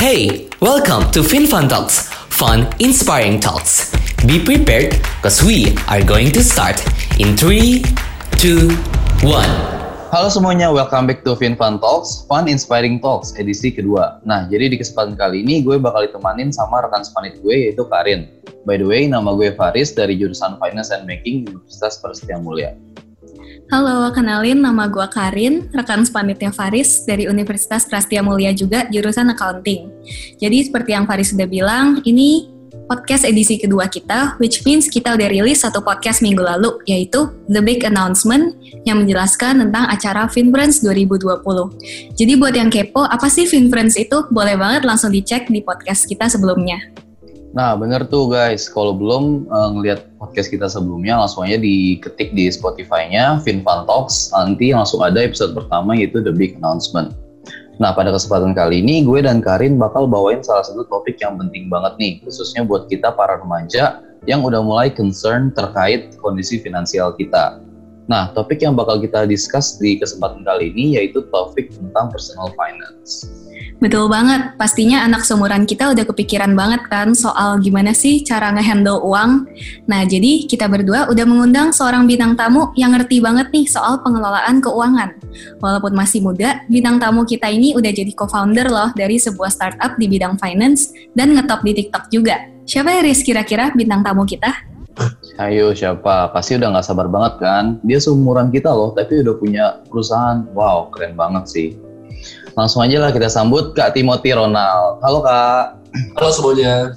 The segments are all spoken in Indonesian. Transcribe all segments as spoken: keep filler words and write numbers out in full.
Hey, welcome to FinFun Talks, fun, inspiring talks. Be prepared, cause we are going to start in three, two, one. Halo semuanya, welcome back to FinFun Talks, Fun Inspiring Talks, edisi kedua. Nah, jadi di kesempatan kali ini gue bakal ditemanin sama rekan sepanit gue yaitu Karin. By the way, nama gue Faris dari jurusan Finance and Banking Universitas Prastia Mulia. Halo, kenalin nama gue Karin, rekan sepanitnya Faris dari Universitas Prastia Mulia juga, jurusan Accounting. Jadi seperti yang Faris sudah bilang, ini podcast edisi kedua kita, which means kita udah rilis satu podcast minggu lalu, yaitu The Big Announcement, yang menjelaskan tentang acara FinFriends dua ribu dua puluh. Jadi buat yang kepo, apa sih FinFriends itu? Boleh banget langsung dicek di podcast kita sebelumnya. Nah, bener tuh guys, kalau belum uh, ngeliat podcast kita sebelumnya, langsung aja diketik di Spotify-nya, FinFun Talks, nanti langsung ada episode pertama yaitu The Big Announcement. Nah, pada kesempatan kali ini, gue dan Karin bakal bawain salah satu topik yang penting banget nih, khususnya buat kita para remaja yang udah mulai concern terkait kondisi finansial kita. Nah, topik yang bakal kita discuss di kesempatan kali ini yaitu topik tentang personal finance. Betul banget, pastinya anak seumuran kita udah kepikiran banget kan soal gimana sih cara ngehandle uang. Nah, jadi kita berdua udah mengundang seorang bintang tamu yang ngerti banget nih soal pengelolaan keuangan. Walaupun masih muda, bintang tamu kita ini udah jadi co-founder loh dari sebuah startup di bidang finance dan ngetop di TikTok juga. Siapa ya Riz kira-kira bintang tamu kita? Ayo siapa? Pasti udah gak sabar banget kan? Dia seumuran kita loh, tapi udah punya perusahaan. Wow, keren banget sih. Langsung aja lah kita sambut Kak Timothy Ronald. Halo Kak. Halo semuanya.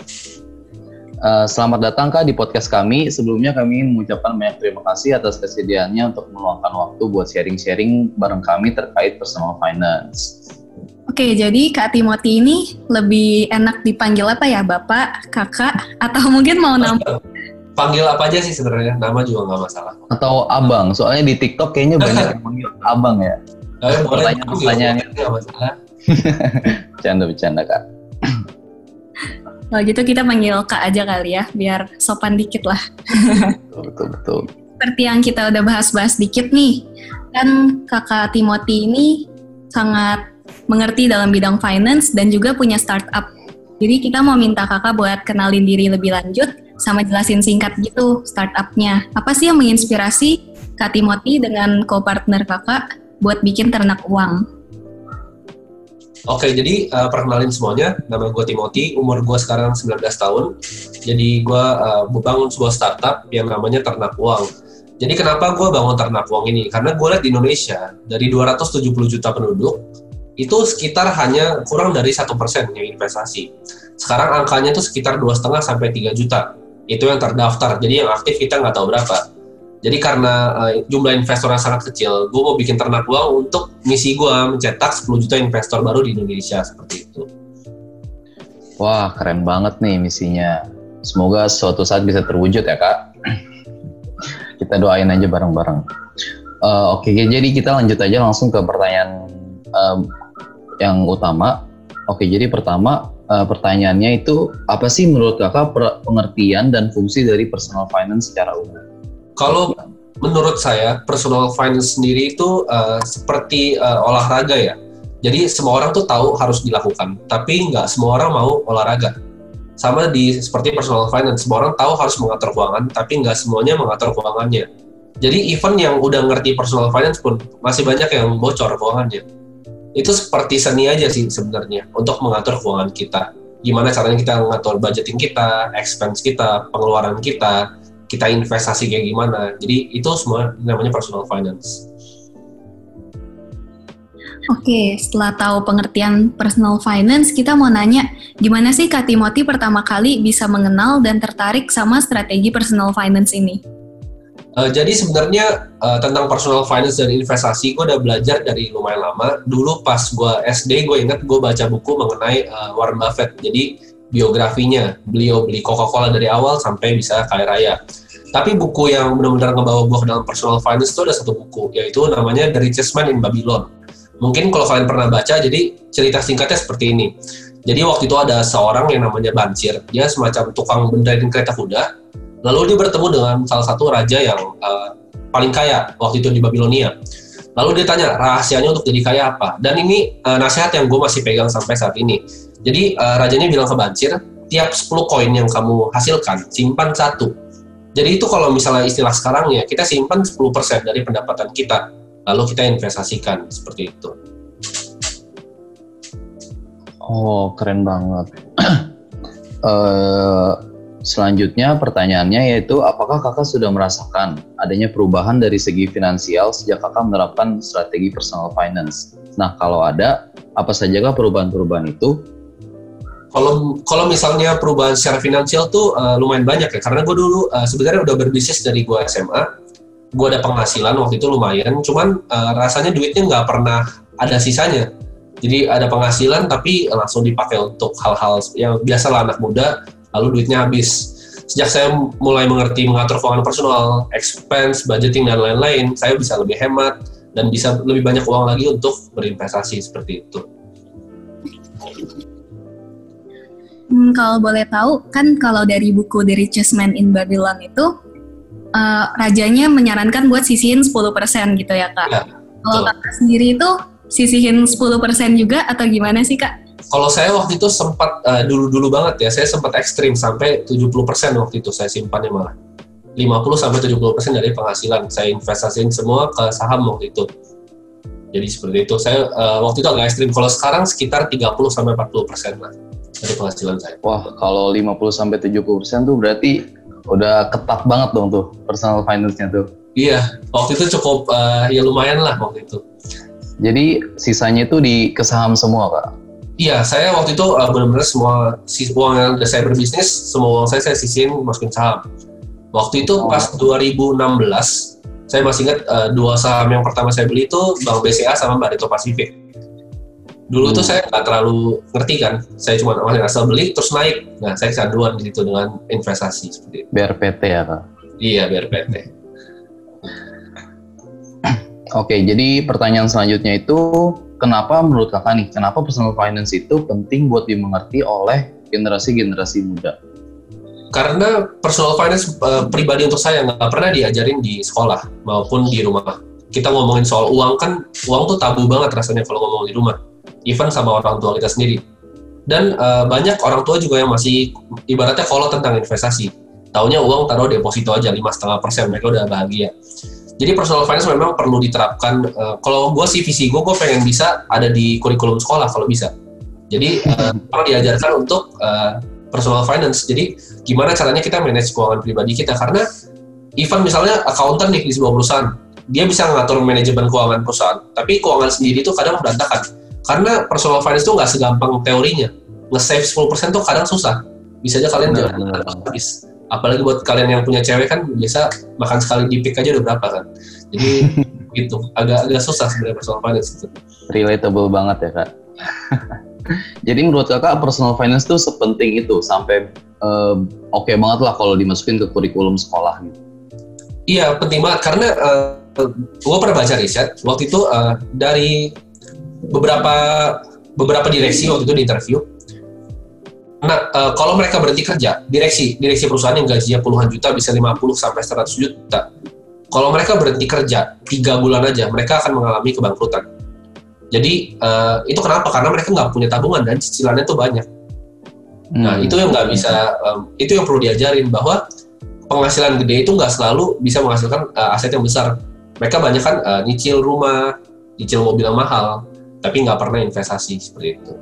Uh, selamat datang Kak di podcast kami. Sebelumnya kami ingin mengucapkan banyak terima kasih atas kesediaannya untuk meluangkan waktu buat sharing-sharing bareng kami terkait personal finance. Oke, jadi Kak Timothy ini lebih enak dipanggil apa ya? Bapak, kakak, atau mungkin mau nama? Panggil apa aja sih sebenarnya, nama juga nggak masalah. Atau abang, soalnya di TikTok kayaknya banyak yang manggil abang ya. Eh, boleh pertanyaan nggak masalah. Bercanda-bercanda Kak. Kalau gitu kita panggil Kak aja kali ya, biar sopan dikit lah. Betul-betul. Seperti yang kita udah bahas-bahas dikit nih, kan Kakak Timothy ini sangat mengerti dalam bidang finance dan juga punya startup. Jadi kita mau minta kakak buat kenalin diri lebih lanjut, sama jelasin singkat gitu startupnya. Apa sih yang menginspirasi Kak Timothy dengan co-partner kakak buat bikin ternak uang? Oke, jadi uh, perkenalin semuanya. Nama gue Timothy, umur gue sekarang sembilan belas tahun. Jadi gue uh, bangun sebuah startup yang namanya Ternak Uang. Jadi kenapa gue bangun Ternak Uang ini? Karena gue lihat di Indonesia, dari dua ratus tujuh puluh juta penduduk, itu sekitar hanya kurang dari satu persen yang investasi. Sekarang angkanya itu sekitar dua koma lima sampai tiga juta. Itu yang terdaftar, jadi yang aktif kita nggak tahu berapa. Jadi karena uh, jumlah investor yang sangat kecil, gue mau bikin ternak uang untuk misi gue mencetak sepuluh juta investor baru di Indonesia, seperti itu. Wah, keren banget nih misinya. Semoga suatu saat bisa terwujud ya Kak. Kita doain aja bareng-bareng. Uh, Oke, okay, jadi kita lanjut aja langsung ke pertanyaan uh, yang utama. Oke, jadi pertama uh, pertanyaannya itu apa sih menurut kakak per- pengertian dan fungsi dari personal finance secara umum? Kalau menurut saya personal finance sendiri itu uh, seperti uh, olahraga ya. Jadi semua orang tuh tahu harus dilakukan, tapi nggak semua orang mau olahraga. Sama di seperti personal finance, semua orang tahu harus mengatur keuangan, tapi nggak semuanya mengatur keuangannya. Jadi even yang udah ngerti personal finance pun masih banyak yang bocor keuangannya. Itu seperti seni aja sih sebenarnya untuk mengatur keuangan kita. Gimana caranya kita mengatur budgeting kita, expense kita, pengeluaran kita, kita investasi kayak gimana. Jadi itu semua namanya personal finance. Oke, setelah tahu pengertian personal finance, kita mau nanya, gimana sih Kak Timothy pertama kali bisa mengenal dan tertarik sama strategi personal finance ini? Uh, jadi sebenarnya uh, tentang personal finance dan investasi gue udah belajar dari lumayan lama. Dulu pas gue S D, gue ingat gue baca buku mengenai uh, Warren Buffett. Jadi biografinya, beliau beli Coca-Cola dari awal sampai bisa kaya raya. Tapi buku yang benar-benar ngebawa gue ke dalam personal finance itu ada satu buku, yaitu namanya The Richest Man in Babylon. Mungkin kalau kalian pernah baca, jadi cerita singkatnya seperti ini. Jadi waktu itu ada seorang yang namanya Bansir, dia semacam tukang benerin kereta kuda. Lalu dia bertemu dengan salah satu raja yang uh, paling kaya waktu itu di Babilonia. Lalu dia tanya rahasianya untuk jadi kaya apa. Dan ini uh, nasihat yang gue masih pegang sampai saat ini. Jadi uh, rajanya bilang ke Bancir, tiap sepuluh koin yang kamu hasilkan, simpan satu. Jadi itu kalau misalnya istilah sekarang ya, kita simpan sepuluh persen dari pendapatan kita, lalu kita investasikan, seperti itu. Oh, keren banget. uh, selanjutnya pertanyaannya yaitu, apakah kakak sudah merasakan adanya perubahan dari segi finansial sejak kakak menerapkan strategi personal finance? Nah, kalau ada, apa sajakah perubahan-perubahan itu? Kalau kalau misalnya perubahan secara finansial tuh uh, lumayan banyak ya, karena gue dulu uh, sebenarnya udah berbisnis dari gue S M A, gue ada penghasilan waktu itu lumayan, cuman uh, rasanya duitnya nggak pernah ada sisanya. Jadi ada penghasilan tapi langsung dipakai untuk hal-hal yang biasalah anak muda, lalu duitnya habis. Sejak saya mulai mengerti mengatur keuangan personal, expense, budgeting, dan lain-lain, saya bisa lebih hemat dan bisa lebih banyak uang lagi untuk berinvestasi seperti itu. Hmm, kalau boleh tahu, kan kalau dari buku The Richest Man in Babylon itu, uh, rajanya menyarankan buat sisihin sepuluh persen gitu ya, Kak? Ya, kalau kakak sendiri itu sisihin sepuluh persen juga atau gimana sih, Kak? Kalau saya waktu itu sempat, uh, dulu-dulu banget ya, saya sempat ekstrim sampai tujuh puluh persen waktu itu saya simpannya malah. lima puluh sampai tujuh puluh persen dari penghasilan, saya investasiin semua ke saham waktu itu. Jadi seperti itu, saya uh, waktu itu agak ekstrim. Kalau sekarang sekitar tiga puluh sampai empat puluh persen lah dari penghasilan saya. Wah, kalau lima puluh sampai tujuh puluh persen tuh berarti udah ketat banget dong tuh personal finance-nya tuh. Iya, waktu itu cukup, uh, ya lumayan lah waktu itu. Jadi sisanya itu di ke saham semua, Kak? Iya, saya waktu itu uh, benar-benar semua uang yang udah saya berbisnis, semua uang saya saya sisihin masukin saham. Waktu itu oh. Pas dua ribu enam belas, saya masih ingat uh, dua saham yang pertama saya beli itu Bank B C A sama Barito Pacific. Dulu hmm. tuh saya nggak terlalu ngerti kan, saya cuma awalnya asal beli terus naik. Nah, saya kecanduan di situ dengan investasi seperti itu. B R P T ya, Kak? Iya, B R P T. Oke, jadi pertanyaan selanjutnya itu, kenapa menurut kakak nih, kenapa personal finance itu penting buat dimengerti oleh generasi-generasi muda? Karena personal finance uh, pribadi untuk saya nggak pernah diajarin di sekolah maupun di rumah. Kita ngomongin soal uang kan, uang tuh tabu banget rasanya kalau ngomong di rumah, even sama orang tua kita sendiri. Dan uh, banyak orang tua juga yang masih ibaratnya kolot tentang investasi. Taunya uang taruh deposito aja lima koma lima persen, mereka udah bahagia. Jadi personal finance memang perlu diterapkan. Uh, kalau gue sih visi gue, gue pengen bisa ada di kurikulum sekolah kalau bisa. Jadi uh, perlu diajarkan untuk uh, personal finance. Jadi gimana caranya kita manage keuangan pribadi kita. Karena even misalnya accountant nih di sebuah perusahaan, dia bisa ngatur manajemen keuangan perusahaan, tapi keuangan sendiri itu kadang berantakan. Karena personal finance itu nggak segampang teorinya. Nge-save sepuluh persen tuh kadang susah. Bisa aja kalian jalan habis. Apalagi buat kalian yang punya cewek kan biasa makan sekali di pik aja udah berapa kan. Jadi gitu, agak agak susah sebenarnya personal finance itu. Relatable banget ya, Kak. Jadi menurut kakak personal finance tuh sepenting itu sampai uh, oke okay banget lah kalau dimasukin ke kurikulum sekolah gitu. Iya, penting banget karena uh, gue pernah baca riset waktu itu uh, dari beberapa beberapa direksi waktu itu di interview. Nah, uh, kalau mereka berhenti kerja, direksi direksi perusahaan yang gajinya puluhan juta bisa lima puluh sampai seratus juta. Kalau mereka berhenti kerja tiga bulan aja, mereka akan mengalami kebangkrutan. Jadi uh, itu kenapa? Karena mereka nggak punya tabungan dan cicilannya tuh banyak. Hmm. Nah, itu yang nggak bisa, um, itu yang perlu diajarin bahwa penghasilan gede itu nggak selalu bisa menghasilkan uh, aset yang besar. Mereka banyak kan uh, nyicil rumah, nyicil mobil yang mahal, tapi nggak pernah investasi seperti itu.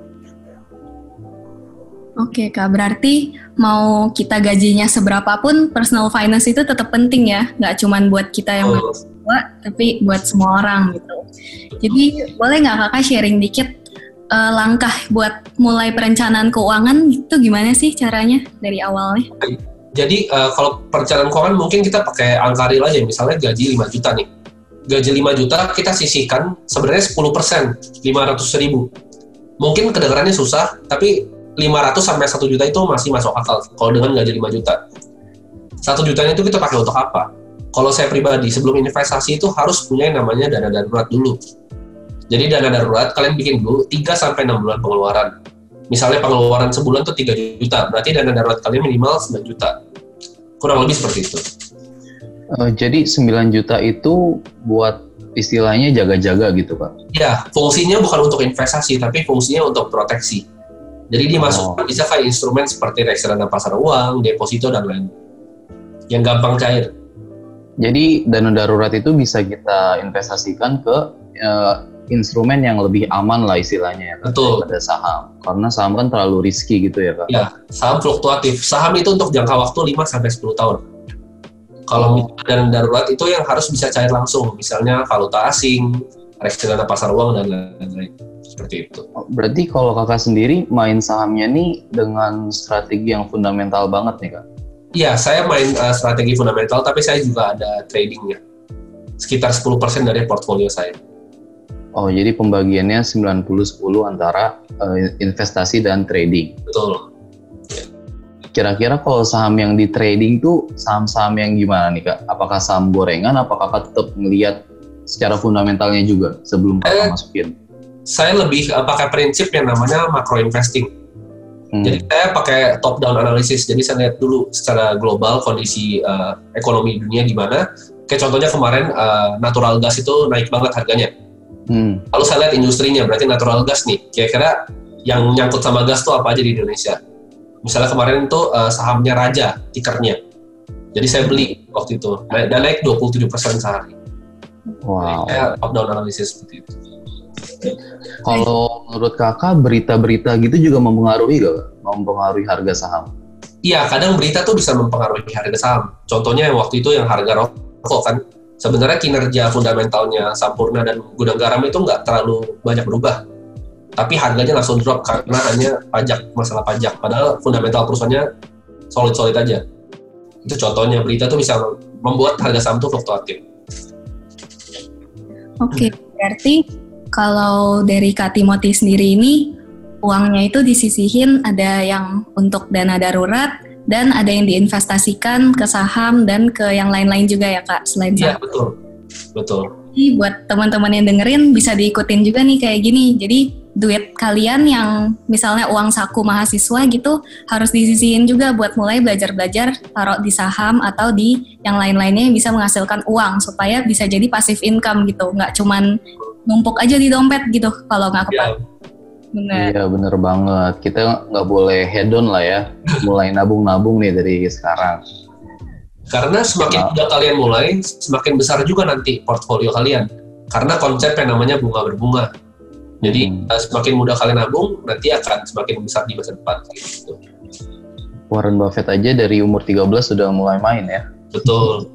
Oke Kak, berarti mau kita gajinya seberapapun, personal finance itu tetap penting ya, nggak cuma buat kita yang oh. tua, tapi buat semua orang gitu. Jadi boleh nggak Kakak sharing dikit uh, langkah buat mulai perencanaan keuangan itu gimana sih caranya dari awalnya? Jadi uh, kalau perencanaan keuangan mungkin kita pakai angka real aja, misalnya gaji lima juta nih. Gaji lima juta kita sisihkan sebenarnya sepuluh persen, lima ratus ribu. Mungkin kedengarannya susah, tapi lima ratus sampai satu juta itu masih masuk akal kalau dengan gaji lima juta. satu jutanya itu kita pakai untuk apa? Kalau saya pribadi, sebelum investasi itu harus punya yang namanya dana darurat dulu. Jadi dana darurat kalian bikin dulu tiga sampai enam bulan pengeluaran. Misalnya pengeluaran sebulan tuh tiga juta, berarti dana darurat kalian minimal sembilan juta. Kurang lebih seperti itu. Uh, jadi sembilan juta itu buat istilahnya jaga-jaga gitu Pak? Ya, fungsinya bukan untuk investasi, tapi fungsinya untuk proteksi. Jadi dimasukkan Oh. bisa kayak instrumen seperti reksadana pasar uang, deposito, dan lain. Yang gampang cair. Jadi dana darurat itu bisa kita investasikan ke eh, instrumen yang lebih aman lah istilahnya ya Pak, Betul. daripada saham. Karena saham kan terlalu risky gitu ya Pak. Ya, saham fluktuatif. Saham itu untuk jangka waktu lima sampai sepuluh tahun. Kalau Oh. dana darurat itu yang harus bisa cair langsung, misalnya valuta asing, reksadana pasar uang, dan lain-lain. Seperti itu. Berarti kalau kakak sendiri main sahamnya nih dengan strategi yang fundamental banget nih Kak? Iya, saya main uh, strategi fundamental, tapi saya juga ada tradingnya. Sekitar sepuluh persen dari portfolio saya. Oh, jadi pembagiannya sembilan puluh sepuluh antara eh, investasi dan trading. Betul. Kira-kira kalau saham yang di trading tuh saham-saham yang gimana nih Kak? Apakah saham gorengan, apakah kakak tetap melihat secara fundamentalnya juga sebelum kakak Eh, masukin? Saya lebih uh, pakai prinsip yang namanya macro investing. Hmm. Jadi saya pakai top down analysis. Jadi saya lihat dulu secara global kondisi uh, ekonomi dunia gimana. Kayak contohnya kemarin uh, natural gas itu naik banget harganya. Hmm. Lalu saya lihat industrinya, berarti natural gas nih. Kira-kira yang nyangkut sama gas tuh apa aja di Indonesia? Misalnya kemarin itu uh, sahamnya Raja, tikernya. Jadi saya beli waktu itu. Naik, dan naik dua puluh tujuh persen sehari. Wow. Saya top down analysis seperti itu. Kalau menurut kakak berita-berita gitu juga mempengaruhi gak? Mempengaruhi harga saham? Iya, kadang berita tuh bisa mempengaruhi harga saham. Contohnya yang waktu itu yang harga rokok kan, sebenarnya kinerja fundamentalnya Sampurna dan Gudang Garam itu nggak terlalu banyak berubah. Tapi harganya langsung drop karena hanya pajak, masalah pajak. Padahal fundamental perusahaannya solid-solid aja. Itu contohnya, berita tuh bisa membuat harga saham tuh fluktuatif. Oke, berarti kalau dari Kak Timothy sendiri ini, uangnya itu disisihin ada yang untuk dana darurat, dan ada yang diinvestasikan ke saham dan ke yang lain-lain juga ya Kak, selain Iya, saham. betul. Betul. Jadi buat teman-teman yang dengerin bisa diikutin juga nih kayak gini. Jadi duit kalian yang misalnya uang saku mahasiswa gitu harus disisihin juga buat mulai belajar-belajar taruh di saham atau di yang lain-lainnya yang bisa menghasilkan uang supaya bisa jadi passive income gitu. Nggak cuman numpuk aja di dompet gitu kalau nggak Ya, kepake. Bener. Iya bener banget. Kita nggak boleh hedon lah ya. Mulai nabung-nabung nih dari sekarang. karena semakin mudah kalian mulai, semakin besar juga nanti portfolio kalian. Karena konsep yang namanya bunga berbunga. Jadi Hmm. uh, semakin mudah kalian nabung, nanti akan semakin besar di masa depan. Gitu. Warren Buffett aja dari umur tiga belas sudah mulai main ya. Betul.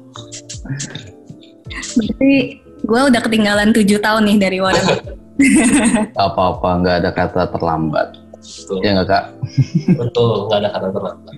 Berarti gue udah ketinggalan tujuh tahun nih dari Warren. Apa-apa, nggak ada kata terlambat. Betul. Ya nggak Kak? Betul, nggak ada kata terlambat.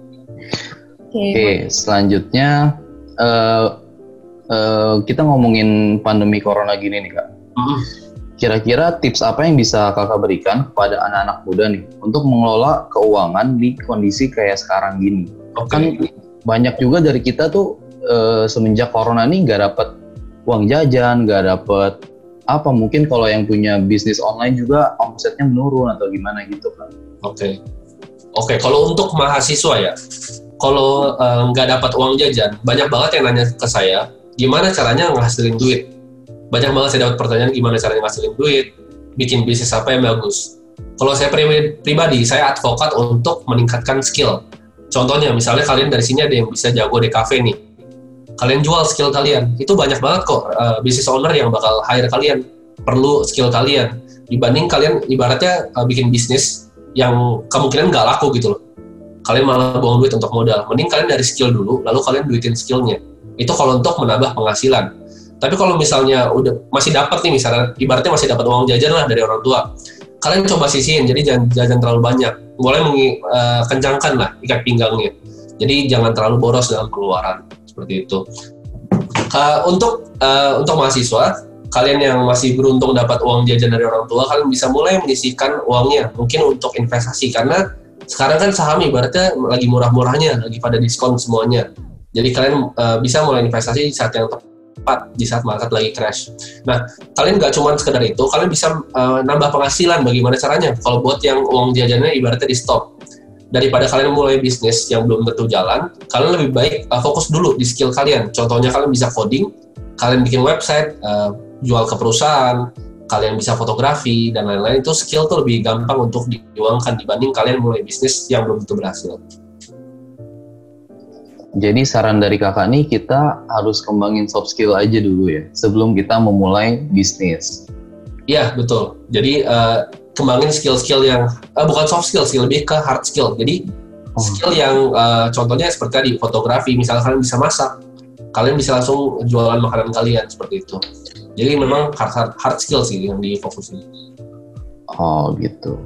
Oke. Oke, selanjutnya eh, eh, kita ngomongin pandemi corona gini nih Kak. Mm. Kira-kira tips apa yang bisa kakak berikan kepada anak-anak muda nih untuk mengelola keuangan di kondisi kayak sekarang gini? Oke. Kan banyak juga dari kita tuh eh, semenjak corona nih nggak dapet uang jajan, nggak dapet apa, mungkin kalau yang punya bisnis online juga omsetnya menurun atau gimana gitu kan? Oke. Oke, kalau untuk mahasiswa ya, kalau eh, nggak dapat uang jajan, banyak banget yang nanya ke saya, gimana caranya ngehasilin duit? Banyak banget saya dapat pertanyaan gimana caranya ngehasilin duit, bikin bisnis apa yang bagus. Kalau saya pri- pribadi, saya advokat untuk meningkatkan skill. Contohnya, misalnya kalian dari sini ada yang bisa jago di cafe nih, kalian jual skill kalian, itu banyak banget kok uh, business owner yang bakal hire kalian, perlu skill kalian, dibanding kalian ibaratnya uh, bikin bisnis yang kemungkinan nggak laku gitu loh. Kalian malah buang duit untuk modal. Mending kalian dari skill dulu, lalu kalian duitin skillnya. Itu kalau untuk menambah penghasilan. Tapi kalau misalnya udah masih dapat nih, misalnya ibaratnya masih dapat uang jajan lah dari orang tua, kalian coba sisihin. Jadi jangan jajan terlalu banyak. Mulai mengencangkan uh, lah ikat pinggangnya. Jadi jangan terlalu boros dalam pengeluaran seperti itu. Uh, untuk uh, untuk mahasiswa, kalian yang masih beruntung dapat uang jajan dari orang tua, kalian bisa mulai menyisihkan uangnya, mungkin untuk investasi, karena sekarang kan saham ibaratnya lagi murah-murahnya, lagi pada diskon semuanya. Jadi kalian uh, bisa mulai investasi di saat yang tepat, di saat market lagi crash. Nah, kalian nggak cuma sekedar itu, kalian bisa uh, nambah penghasilan. Bagaimana caranya? Kalau buat yang uang jajannya ibaratnya di stop, daripada kalian mulai bisnis yang belum tentu jalan, kalian lebih baik uh, fokus dulu di skill kalian. Contohnya kalian bisa coding, kalian bikin website, uh, jual ke perusahaan, kalian bisa fotografi dan lain-lain, itu skill tuh lebih gampang untuk dijuangkan dibanding kalian mulai bisnis yang belum tentu berhasil. Jadi saran dari kakak nih, kita harus kembangin soft skill aja dulu ya, sebelum kita memulai bisnis. Iya, betul. Jadi uh, kembangin skill-skill yang, uh, bukan soft skill sih, lebih ke hard skill. Jadi oh. skill yang uh, contohnya seperti tadi, fotografi, misalnya kalian bisa masak, kalian bisa langsung jualan makanan kalian, seperti itu. Jadi memang hard, hard, hard skill sih yang difokusin. Oh gitu.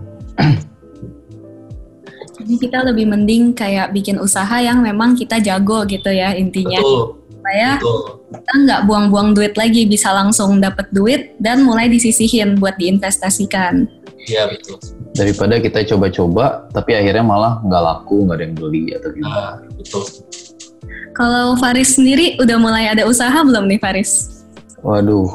Jadi kita lebih mending kayak bikin usaha yang memang kita jago gitu ya intinya. Betul. Supaya Betul. kita nggak buang-buang duit lagi, bisa langsung dapat duit dan mulai disisihin buat diinvestasikan. Iya betul. Daripada kita coba-coba, tapi akhirnya malah nggak laku, nggak ada yang beli atau gimana. Nah, betul. Kalau Faris sendiri udah mulai ada usaha belum nih Faris? Waduh,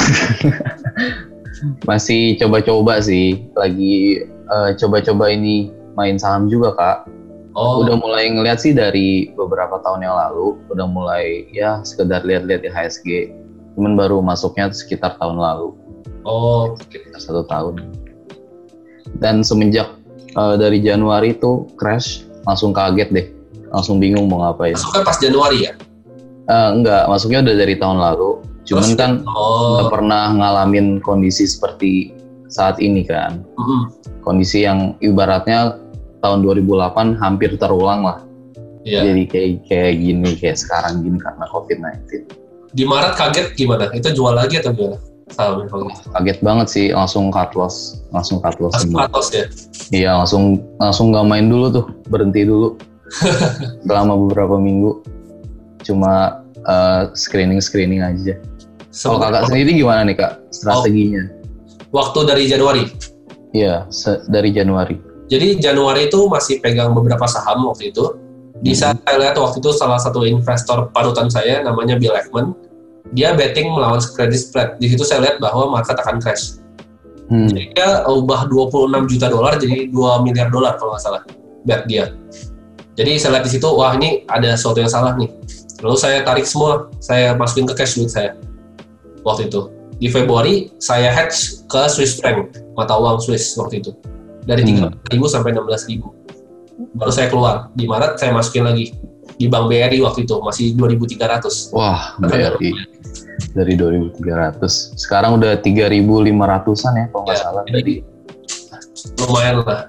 masih coba-coba sih, lagi uh, coba-coba ini main saham juga kak. Oh. Udah mulai ngeliat sih dari beberapa tahun yang lalu, udah mulai ya sekedar lihat-lihat di H S G. Cuman baru masuknya sekitar tahun lalu. Oh, sekitar satu tahun. Dan semenjak uh, dari Januari itu crash, langsung kaget deh, langsung bingung mau ngapain. Masuknya pas Januari ya? Uh, enggak, masuknya udah dari tahun lalu. Cuman Terus, kan oh. nggak pernah ngalamin kondisi seperti saat ini kan. Mm-hmm. Kondisi yang ibaratnya tahun dua ribu delapan hampir terulang lah. Yeah. Jadi kayak kayak gini, kayak sekarang gini karena covid sembilan belas. Di Maret kaget gimana? Itu jual lagi atau gimana? Sahamnya kalau gitu. Kaget banget sih, langsung cut loss, langsung cut loss. Langsung cut loss ya? Iya, langsung langsung nggak main dulu tuh, berhenti dulu. Selama beberapa minggu, cuma uh, screening screening aja. Kalau kakak sendiri gimana nih kak strateginya? Oh, waktu dari Januari? Iya, se- dari Januari. Jadi Januari itu masih pegang beberapa saham waktu itu. Di saat hmm. saya lihat waktu itu salah satu investor panutan saya namanya Bill Ackman, dia betting melawan credit spread. Di situ saya lihat bahwa market akan crash. Hmm. Jadi dia ubah dua puluh enam juta dolar jadi dua miliar dolar kalau nggak salah bet dia. Jadi saya lihat di situ, wah ini ada sesuatu yang salah nih. Lalu saya tarik semua, saya masukin ke cash duit saya waktu itu. Di Februari saya hedge ke Swiss franc, mata uang Swiss waktu itu. Dari tiga belas ribu sampai enam belas ribu. Baru saya keluar. Di Maret saya masukin lagi. Di Bank B R I waktu itu, masih dua ribu tiga ratus. Wah, B R I. Dari dua ribu tiga ratus. Sekarang udah tiga ribu lima ratusan ya, kalau nggak ya, salah. Jadi lumayan lah.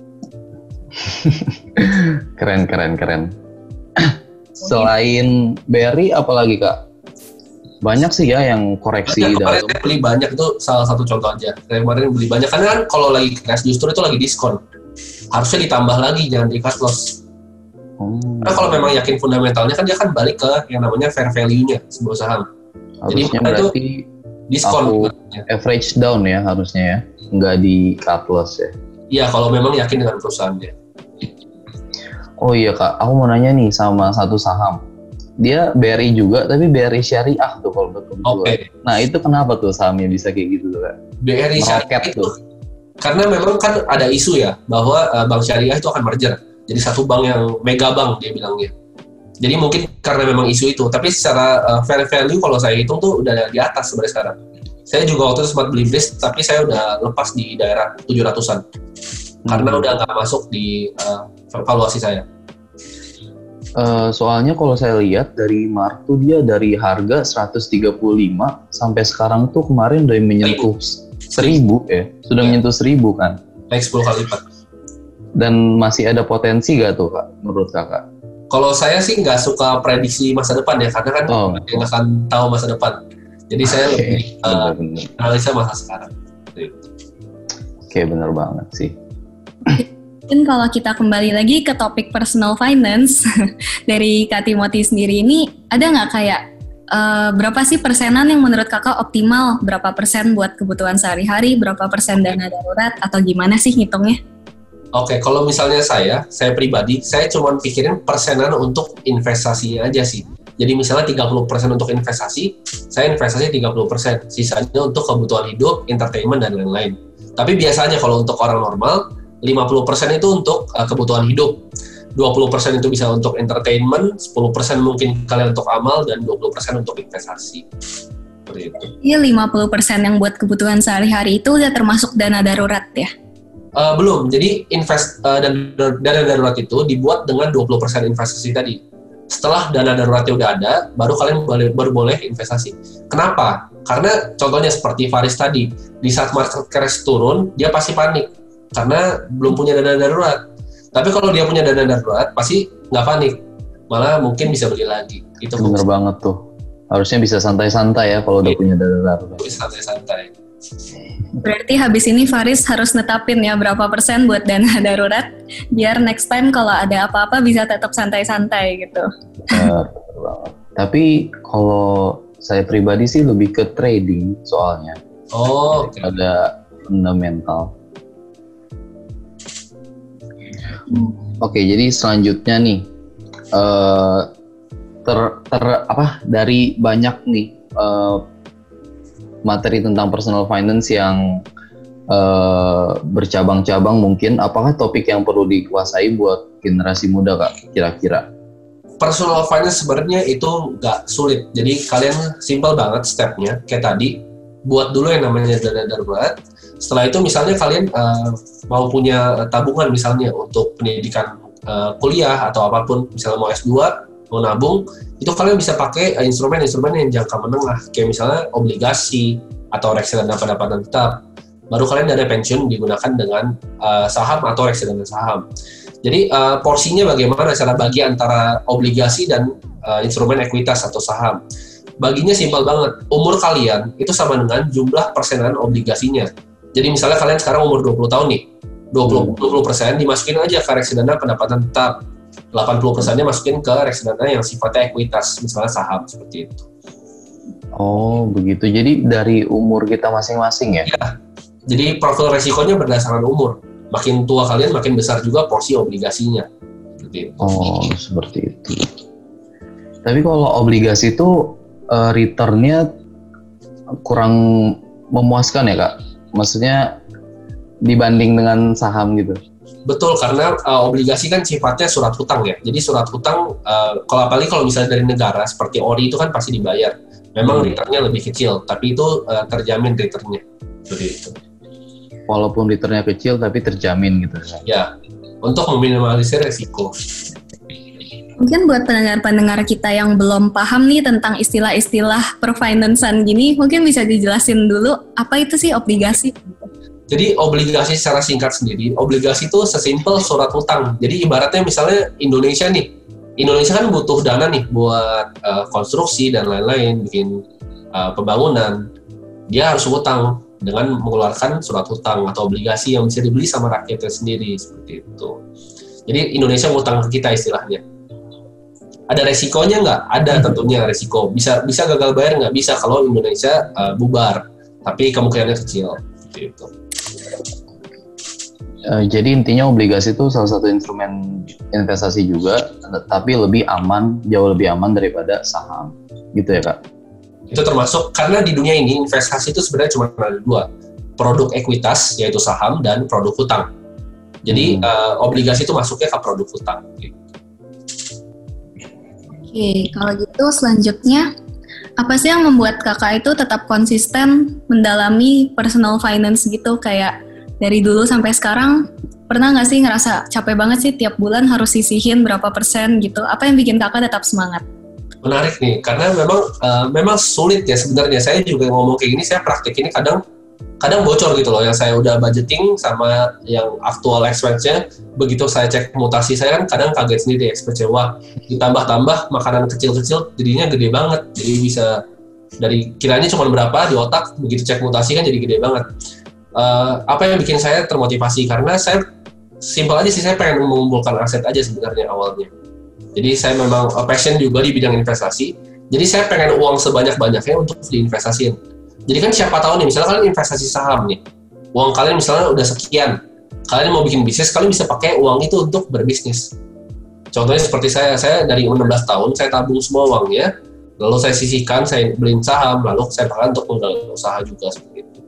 Keren, keren, keren. Selain B R I, apalagi kak? Banyak sih ya yang koreksi. Banyak, kemarin dalam. saya beli banyak, itu salah satu contoh aja. Saya kemarin beli banyak, karena kan kalau lagi crash justru itu lagi diskon. Harusnya ditambah lagi, jangan di cut loss. Hmm. Karena kalau memang yakin fundamentalnya kan dia akan balik ke yang namanya fair value-nya sebuah saham. Harusnya jadi berarti diskon. Average down ya harusnya ya, nggak di cut loss ya. Iya, kalau memang yakin dengan perusahaannya. Oh iya kak, aku mau nanya nih sama satu saham. Dia B R I juga, tapi B R I Syariah tuh kalau betul. Oke. Nah itu kenapa tuh sahamnya bisa kayak gitu tuh kak? B R I Syariah itu tuh. Karena memang kan ada isu ya bahwa uh, bank syariah itu akan merger. Jadi satu bank yang mega bank dia bilangnya. Jadi mungkin karena memang isu itu, tapi secara uh, fair value kalau saya hitung tuh udah di atas sebenarnya sekarang. Saya juga waktu itu sempat beli bris, tapi saya udah lepas di daerah tujuh ratusan. Hmm. Karena udah nggak masuk di uh, valuasi saya. Uh, soalnya kalau saya lihat dari Maret tuh dia dari harga seratus tiga puluh lima sampai sekarang tuh kemarin udah menyentuh seribu ya, sudah ya. menyentuh seribu kan? Naik sepuluh kali lipat. Dan masih ada potensi gak tuh kak, menurut kakak? Kalau saya sih nggak suka prediksi masa depan ya, karena kan oh. nggak akan tahu masa depan. Jadi okay. saya lebih uh, analisa masa sekarang. Oke, okay, benar banget sih. Mungkin kalau kita kembali lagi ke topik personal finance dari Kak Timothy sendiri ini, ada nggak kayak uh, berapa sih persenan yang menurut kakak optimal? Berapa persen buat kebutuhan sehari-hari, berapa persen dana darurat, atau gimana sih ngitungnya? Oke, okay, kalau misalnya saya, saya pribadi, saya cuma pikirin persenan untuk investasinya aja sih. Jadi misalnya tiga puluh persen untuk investasi, saya investasi tiga puluh persen, sisanya untuk kebutuhan hidup, entertainment, dan lain-lain. Tapi biasanya kalau untuk orang normal, lima puluh persen itu untuk uh, kebutuhan hidup, dua puluh persen itu bisa untuk entertainment, sepuluh persen mungkin kalian untuk amal, dan dua puluh persen untuk investasi. Seperti itu. Iya, lima puluh persen yang buat kebutuhan sehari-hari itu udah termasuk dana darurat ya? Uh, belum, jadi invest uh, dan dana darurat itu dibuat dengan dua puluh persen investasi tadi. Setelah dana daruratnya udah ada, baru kalian boleh, baru boleh investasi. Kenapa? Karena contohnya seperti Faris tadi, di saat market crash turun, dia pasti panik karena belum punya dana darurat. Tapi kalau dia punya dana darurat, pasti nggak panik, malah mungkin bisa beli lagi. Itu bener banget tuh. Harusnya bisa santai-santai ya kalau udah punya dana darurat. Bisa santai-santai. Berarti habis ini Faris harus netapin ya berapa persen buat dana darurat, biar next time kalau ada apa-apa bisa tetap santai-santai gitu. Benar, benar banget. Tapi kalau saya pribadi sih lebih ke trading soalnya. Oh, okay. Ada fundamental. Oke, jadi selanjutnya nih uh, ter, ter apa dari banyak nih uh, materi tentang personal finance yang uh, bercabang-cabang mungkin, apakah topik yang perlu dikuasai buat generasi muda Kak kira-kira? Personal finance sebenarnya itu nggak sulit, jadi kalian simple banget stepnya kayak tadi, buat dulu yang namanya dana darurat. Setelah itu misalnya kalian uh, mau punya tabungan misalnya untuk pendidikan uh, kuliah atau apapun, misalnya mau S dua, mau nabung, itu kalian bisa pakai uh, instrumen-instrumen yang jangka menengah, kayak misalnya obligasi atau reksadana pendapatan tetap. Baru kalian dana pensiun digunakan dengan uh, saham atau reksadana saham. Jadi uh, porsinya bagaimana cara bagi antara obligasi dan uh, instrumen ekuitas atau saham. Baginya simpel banget. Umur kalian itu sama dengan jumlah persenan obligasinya. Jadi misalnya kalian sekarang umur dua puluh tahun nih, dua puluh persen dimasukin aja ke reksadana pendapatan tetap. delapan puluh persennya masukin ke reksadana yang sifatnya ekuitas, misalnya saham, seperti itu. Oh, begitu. Jadi dari umur kita masing-masing ya? Ya. Jadi profil resikonya berdasarkan umur. Makin tua kalian, makin besar juga porsi obligasinya. Seperti itu. Oh, seperti itu. Tapi kalau obligasi itu uh, return-nya kurang memuaskan ya, Kak? Maksudnya dibanding dengan saham gitu? Betul, karena uh, obligasi kan sifatnya surat hutang ya. Jadi surat hutang, uh, kalau apalagi kalau misalnya dari negara seperti O R I itu kan pasti dibayar. Memang hmm. returnnya lebih kecil, tapi itu uh, terjamin returnnya. Seperti itu. Walaupun returnnya kecil, tapi terjamin gitu. Ya, untuk meminimalisir resiko. Mungkin buat pendengar-pendengar kita yang belum paham nih tentang istilah-istilah perfinancean gini, mungkin bisa dijelasin dulu apa itu sih obligasi? Jadi obligasi secara singkat sendiri, obligasi itu sesimpel surat hutang. Jadi ibaratnya misalnya Indonesia nih, Indonesia kan butuh dana nih buat uh, konstruksi dan lain-lain, bikin uh, pembangunan. Dia harus hutang dengan mengeluarkan surat hutang atau obligasi yang bisa dibeli sama rakyatnya sendiri, seperti itu. Jadi Indonesia ngutang ke kita istilahnya. Ada resikonya nggak? Ada tentunya resiko. Bisa bisa gagal bayar nggak? Bisa kalau Indonesia uh, bubar. Tapi kemungkinannya kecil, seperti itu. Uh, jadi intinya obligasi itu salah satu instrumen investasi juga, tapi lebih aman, jauh lebih aman daripada saham, gitu ya Kak? Itu termasuk, karena di dunia ini investasi itu sebenarnya cuma ada dua, produk ekuitas yaitu saham dan produk hutang. Jadi hmm. uh, obligasi itu masuknya ke produk hutang. Gitu. Oke, kalau gitu selanjutnya apa sih yang membuat kakak itu tetap konsisten mendalami personal finance gitu, kayak dari dulu sampai sekarang pernah nggak sih ngerasa capek banget sih tiap bulan harus sisihin berapa persen gitu? Apa yang bikin kakak tetap semangat? Menarik nih, karena memang uh, memang sulit ya sebenarnya. Saya juga ngomong kayak gini, saya praktik ini kadang kadang bocor gitu loh. Yang saya udah budgeting sama yang aktual expense-nya, begitu saya cek mutasi saya kan kadang kaget sendiri expense-nya. Wah, ditambah-tambah makanan kecil-kecil jadinya gede banget. Jadi bisa dari kiranya cuma berapa di otak, begitu cek mutasi kan jadi gede banget. Uh, apa yang bikin saya termotivasi? Karena saya simpel aja sih, saya pengen mengumpulkan aset aja sebenarnya awalnya. Jadi saya memang passion juga di bidang investasi. Jadi saya pengen uang sebanyak-banyaknya untuk diinvestasiin. Jadi kan siapa tahu nih, misalnya kalian investasi saham nih, uang kalian misalnya udah sekian, kalian mau bikin bisnis, kalian bisa pakai uang itu untuk berbisnis. Contohnya seperti saya, saya dari enam belas tahun saya tabung semua uangnya, lalu saya sisihkan, saya beliin saham, lalu saya pakai untuk menggali usaha juga seperti itu.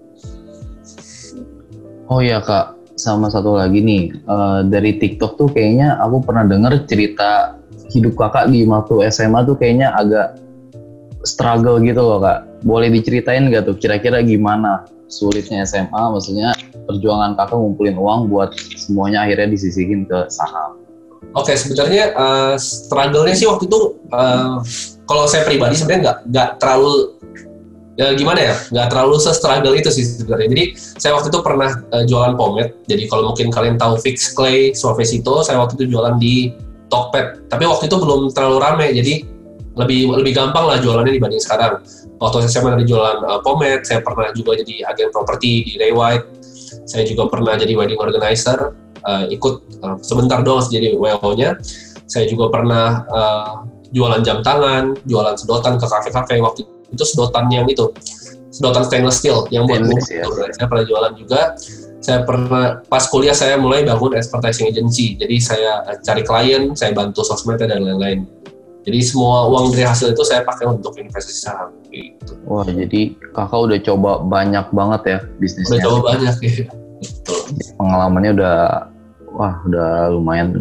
Oh ya Kak, sama satu lagi nih, uh, dari TikTok tuh kayaknya aku pernah denger cerita hidup kakak di waktu S M A tuh kayaknya agak struggle gitu loh Kak. boleh diceritain nggak tuh kira-kira gimana sulitnya S M A, maksudnya perjuangan kakak ngumpulin uang buat semuanya akhirnya disisihin ke saham? Oke, okay, sebenarnya uh, struggle-nya sih waktu itu uh, kalau saya pribadi sebenarnya nggak nggak terlalu ya gimana ya, nggak terlalu se-struggle itu sih sebenarnya. Jadi saya waktu itu pernah uh, jualan pomade. Jadi kalau mungkin kalian tahu Fix Clay, Suavecito, saya waktu itu jualan di Tokped. Tapi waktu itu belum terlalu rame, jadi lebih lebih gampang lah jualannya dibanding sekarang. Waktu saya pernah jualan uh, pomade, saya pernah juga jadi agen properti di Ray White. Saya juga pernah jadi wedding organizer, uh, ikut uh, sebentar doang jadi W O-nya. Saya juga pernah uh, jualan jam tangan, jualan sedotan ke kafe-kafe. Waktu itu sedotan yang itu, sedotan stainless steel yang buat buku. Ya. Saya pernah jualan juga. Saya pernah pas kuliah saya mulai bangun advertising agency. Jadi saya uh, cari klien, saya bantu sosmednya dan lain-lain. Jadi semua uang dari hasil itu saya pakai untuk investasi saham. Gitu. Wah, jadi kakak udah coba banyak banget ya bisnisnya. Udah coba banyak ya. Betul. Pengalamannya udah, wah udah lumayan.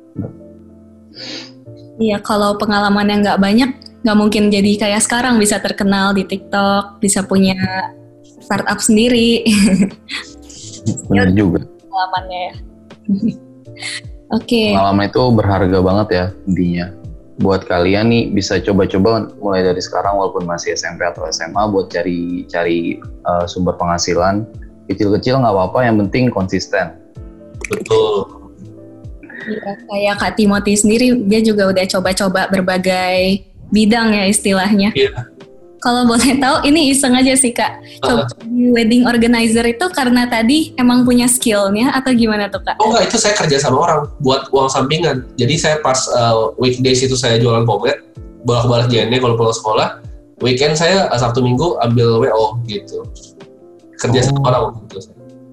Iya, kalau pengalamannya nggak banyak, nggak mungkin jadi kayak sekarang bisa terkenal di TikTok, bisa punya startup sendiri. Benar juga. Pengalamannya ya. Oke. Okay. Pengalaman itu berharga banget ya intinya. Buat kalian nih bisa coba-coba mulai dari sekarang walaupun masih S M P atau S M A buat cari cari uh, sumber penghasilan kecil-kecil nggak apa-apa, yang penting konsisten. Betul. Ya, kayak Kak Timothy sendiri, dia juga udah coba-coba berbagai bidang ya istilahnya. Iya. Kalau boleh tahu, ini iseng aja sih Kak. Coba uh. di wedding organizer itu karena tadi emang punya skillnya atau gimana tuh Kak? Oh enggak, itu saya kerja sama orang buat uang sampingan. Jadi saya pas uh, weekdays itu saya jualan pomade, bolak-balik J N E kalau pulang sekolah. Weekend saya uh, Sabtu Minggu ambil W O gitu. Kerja oh. sama orang gitu.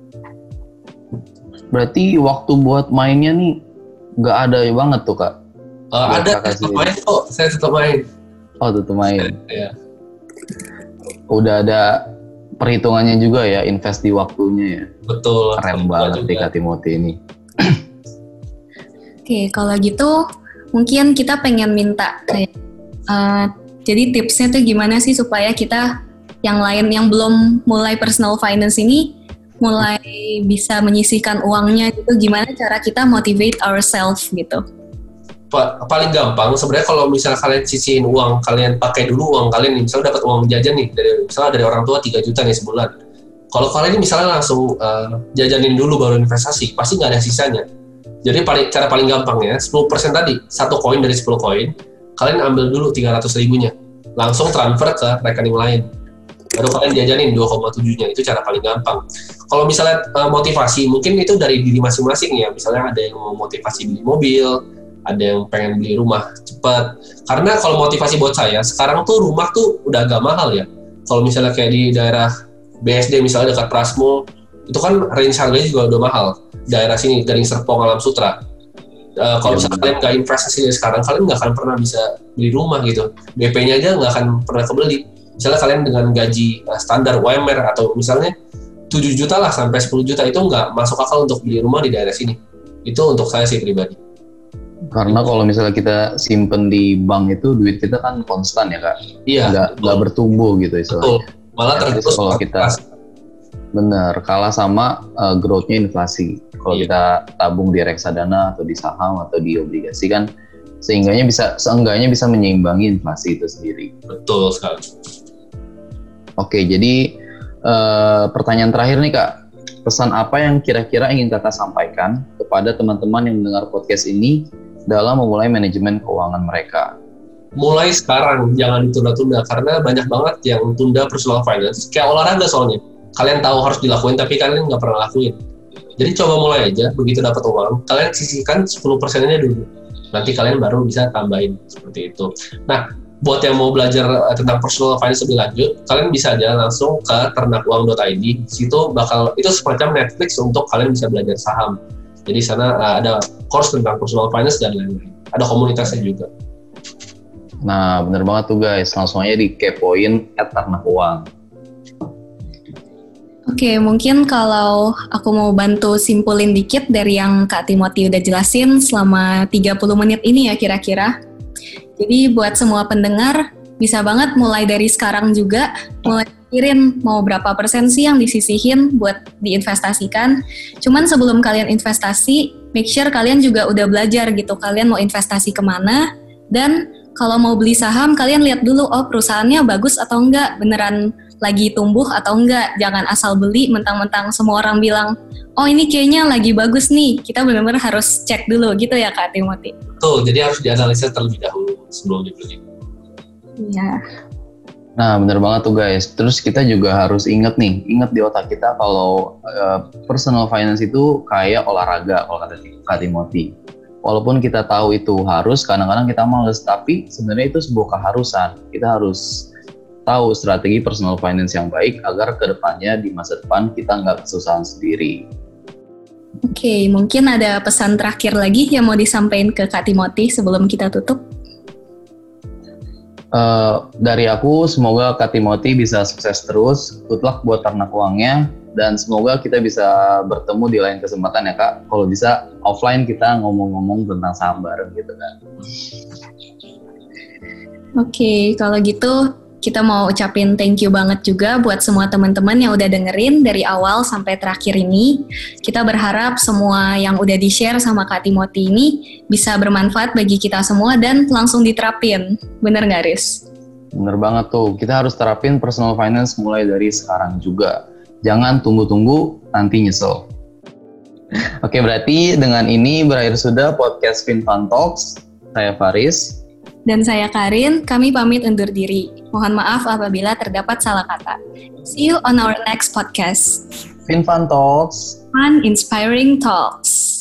Berarti waktu buat mainnya nih nggak ada banget tuh Kak? Uh, ada, tetap main kok. Saya tetap main. Oh, tetap main. Iya. Udah ada perhitungannya juga ya, invest di waktunya ya. Betul. Keren banget nih Kak Timothy ini. Oke, kalau gitu mungkin kita pengen minta kayak uh, jadi tipsnya tuh gimana sih supaya kita yang lain yang belum mulai personal finance ini mulai bisa menyisihkan uangnya gitu, gimana cara kita motivate ourselves gitu. Pa- paling gampang sebenarnya kalau misalnya kalian sisihin uang, kalian pakai dulu uang kalian nih, misalnya dapat uang jajan nih dari misalnya dari orang tua tiga juta nih sebulan. Kalau kalian misalnya langsung uh, jajanin dulu baru investasi, pasti nggak ada sisanya. Jadi paling, cara paling gampang ya, sepuluh persen tadi, satu koin dari sepuluh koin, kalian ambil dulu tiga ratus ribunya, langsung transfer ke rekening lain. Baru kalian jajanin dua koma tujuh-nya, itu cara paling gampang. Kalau misalnya uh, motivasi, mungkin itu dari diri masing-masing ya, misalnya ada yang mau motivasi beli mobil, ada yang pengen beli rumah cepat. Karena kalau motivasi buat saya, sekarang tuh rumah tuh udah agak mahal ya. Kalau misalnya kayak di daerah B S D misalnya dekat Prasmo, itu kan range harganya juga udah mahal. Daerah sini, Gading Serpong, Alam Sutra. Uh, kalau misalnya kalian nggak investasi dari sekarang, kalian nggak akan pernah bisa beli rumah gitu. B P-nya aja nggak akan pernah kebeli. Misalnya kalian dengan gaji uh, standar U M R atau misalnya tujuh juta lah sampai sepuluh juta, itu nggak masuk akal untuk beli rumah di daerah sini. Itu untuk saya sih pribadi. Karena kalau misalnya kita simpen di bank itu duit kita kan konstan ya Kak, iya, nggak nggak bertumbuh gitu istilahnya. Betul. Malah ya, terus kalau kita benar kalah sama uh, growth-nya inflasi. Kalau iya. kita tabung di reksadana atau di saham atau di obligasi kan, sehingganya bisa seenggaknya bisa menyeimbangi inflasi itu sendiri. Betul sekali. Oke, jadi uh, pertanyaan terakhir nih Kak, pesan apa yang kira-kira ingin Kakak sampaikan kepada teman-teman yang mendengar podcast ini dalam memulai manajemen keuangan mereka? Mulai sekarang, jangan ditunda-tunda, karena banyak banget yang tunda personal finance, kayak olahraga soalnya. Kalian tahu harus dilakuin, tapi kalian nggak pernah lakuin. Jadi coba mulai aja, begitu dapat uang, kalian sisihkan sepuluh persennya dulu. Nanti kalian baru bisa tambahin, seperti itu. Nah, buat yang mau belajar tentang personal finance lebih lanjut, kalian bisa aja langsung ke ternakuang dot i d. Di situ bakal, itu semacam Netflix untuk kalian bisa belajar saham. Jadi sana uh, ada course tentang personal finance dan lain-lain. Ada komunitasnya juga. Nah, bener banget tuh guys. Langsung aja dikepoin at Ternak Uang. Oke, mungkin kalau aku mau bantu simpulin dikit dari yang Kak Timothy udah jelasin selama tiga puluh menit ini ya kira-kira. Jadi buat semua pendengar, bisa banget mulai dari sekarang juga, mulai pikirin mau berapa persen sih yang disisihin buat diinvestasikan. Cuman sebelum kalian investasi, make sure kalian juga udah belajar gitu, kalian mau investasi kemana, dan kalau mau beli saham, kalian lihat dulu, oh perusahaannya bagus atau enggak, beneran lagi tumbuh atau enggak. Jangan asal beli, mentang-mentang semua orang bilang, oh ini kayaknya lagi bagus nih, kita benar-benar harus cek dulu gitu ya Kak Timothy. Betul, jadi harus dianalisa terlebih dahulu sebelum dibeli. Iya. Nah, bener banget tuh guys. Terus kita juga harus inget nih, inget di otak kita kalau uh, personal finance itu kayak olahraga, kalau kata Kak Timothy. Walaupun kita tahu itu harus, kadang-kadang kita males, tapi sebenarnya itu sebuah keharusan. Kita harus tahu strategi personal finance yang baik agar kedepannya di masa depan kita nggak kesusahan sendiri. Oke, mungkin ada pesan terakhir lagi yang mau disampaikan ke Kak Timothy sebelum kita tutup. Uh, dari aku, semoga Kak Timothy bisa sukses terus. Good luck buat ternak uangnya. Dan semoga kita bisa bertemu di lain kesempatan ya Kak. Kalau bisa offline kita ngomong-ngomong tentang saham bareng gitu kan. Oke, kalau gitu kita mau ucapin thank you banget juga buat semua teman-teman yang udah dengerin dari awal sampai terakhir ini. Kita berharap semua yang udah di-share sama Kak Timothy ini bisa bermanfaat bagi kita semua dan langsung diterapin. Bener nggak, Riz? Bener banget tuh. Kita harus terapin personal finance mulai dari sekarang juga. Jangan tunggu-tunggu, nanti nyesel. Oke, berarti dengan ini berakhir sudah podcast FinFun Talks. Saya Faris. Dan saya Karin, kami pamit undur diri. Mohon maaf apabila terdapat salah kata. See you on our next podcast. FinFun Talks. Fun Inspiring Talks.